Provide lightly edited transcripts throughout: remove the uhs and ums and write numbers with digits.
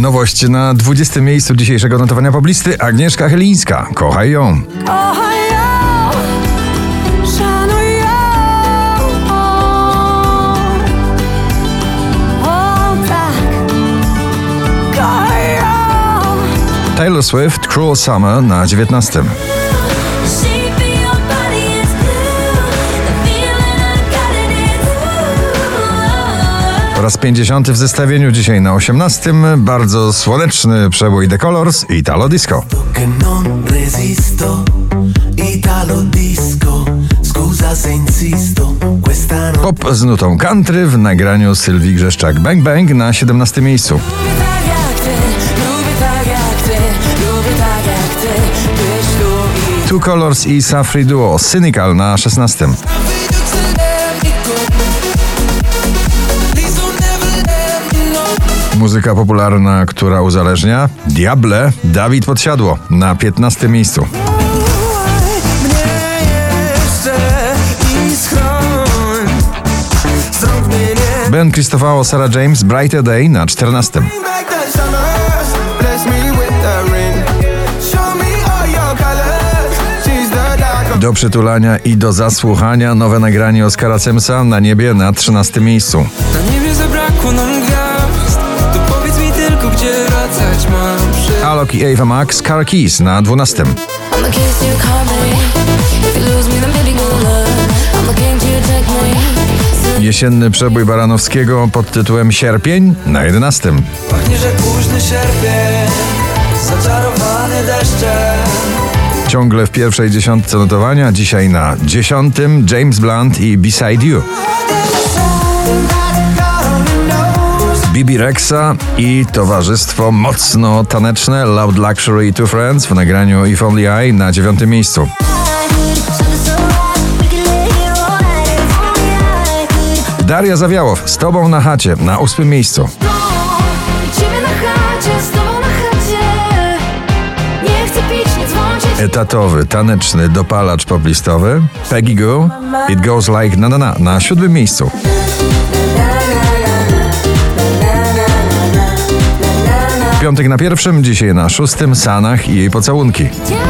Nowość na 20. miejscu dzisiejszego notowania poblisty. Agnieszka Chylińska. Kochaj ją. Kochaj ją, szanuj ją. O tak, kochaj ją. Taylor Swift, Cruel Summer na 19. Po raz 50 w zestawieniu, dzisiaj na 18. Bardzo słoneczny przebój The Colors i Italo Disco. Pop z nutą country w nagraniu Sylwii Grzeszczak. Bang Bang na 17. miejscu. Two Colors i Safri Duo Cynical na 16. Muzyka popularna, która uzależnia. Diable, Dawid Podsiadło na 15. miejscu. Ben Cristofao, Sarah James, Brighter Day na 14. Do przytulania i do zasłuchania nowe nagranie Oskara Cemsa Na niebie na 13. miejscu. Na niebie zabrakło nam gwiazd, to powiedz mi tylko, gdzie wracać mam. Alok i Ava Max, Car Keys na 12. Jesienny przebój Baranowskiego pod tytułem Sierpień na 11. Pachnie, że późny sierpień, zaczarowany deszczem. Ciągle w pierwszej dziesiątce notowania, dzisiaj na 10. James Blunt i Beside You. Bibi Rexa i towarzystwo mocno taneczne Loud Luxury i Two Friends w nagraniu If Only I na 9. miejscu. Daria Zawiałow, Z tobą na chacie na 8. miejscu. Etatowy, taneczny dopalacz poplistowy Peggy Gou, It Goes Like Na Na Na na 7. miejscu. Piątek na 1, dzisiaj na 6. Sanach i jej pocałunki.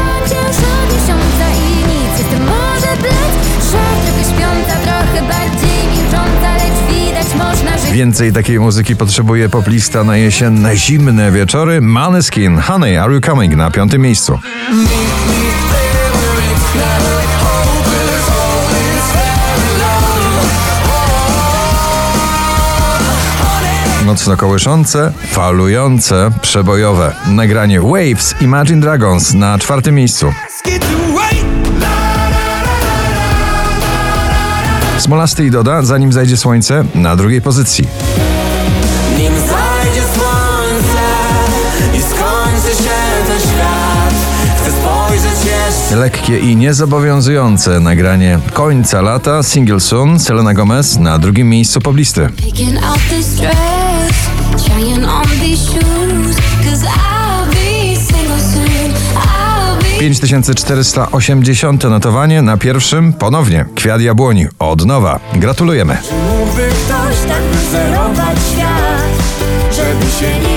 Więcej takiej muzyki potrzebuje poplista na jesienne, zimne wieczory. Måneskin, Honey, Are You Coming na 5. miejscu. Mocno kołyszące, falujące, przebojowe. Nagranie Waves, Imagine Dragons na 4. miejscu. Smolasty i Doda, Zanim zajdzie słońce na 2. pozycji. Nim zajdzie słońce i skończy się ten świat, chcę spojrzeć jeszcze. Lekkie i niezobowiązujące nagranie końca lata, Single Soon, Selena Gomez na 2. miejscu poblisty. 5480 notowanie, na 1. ponownie Kwiat Jabłoni, od nowa. Gratulujemy. Mógłby ktoś tak wyzerować świat, żeby się nie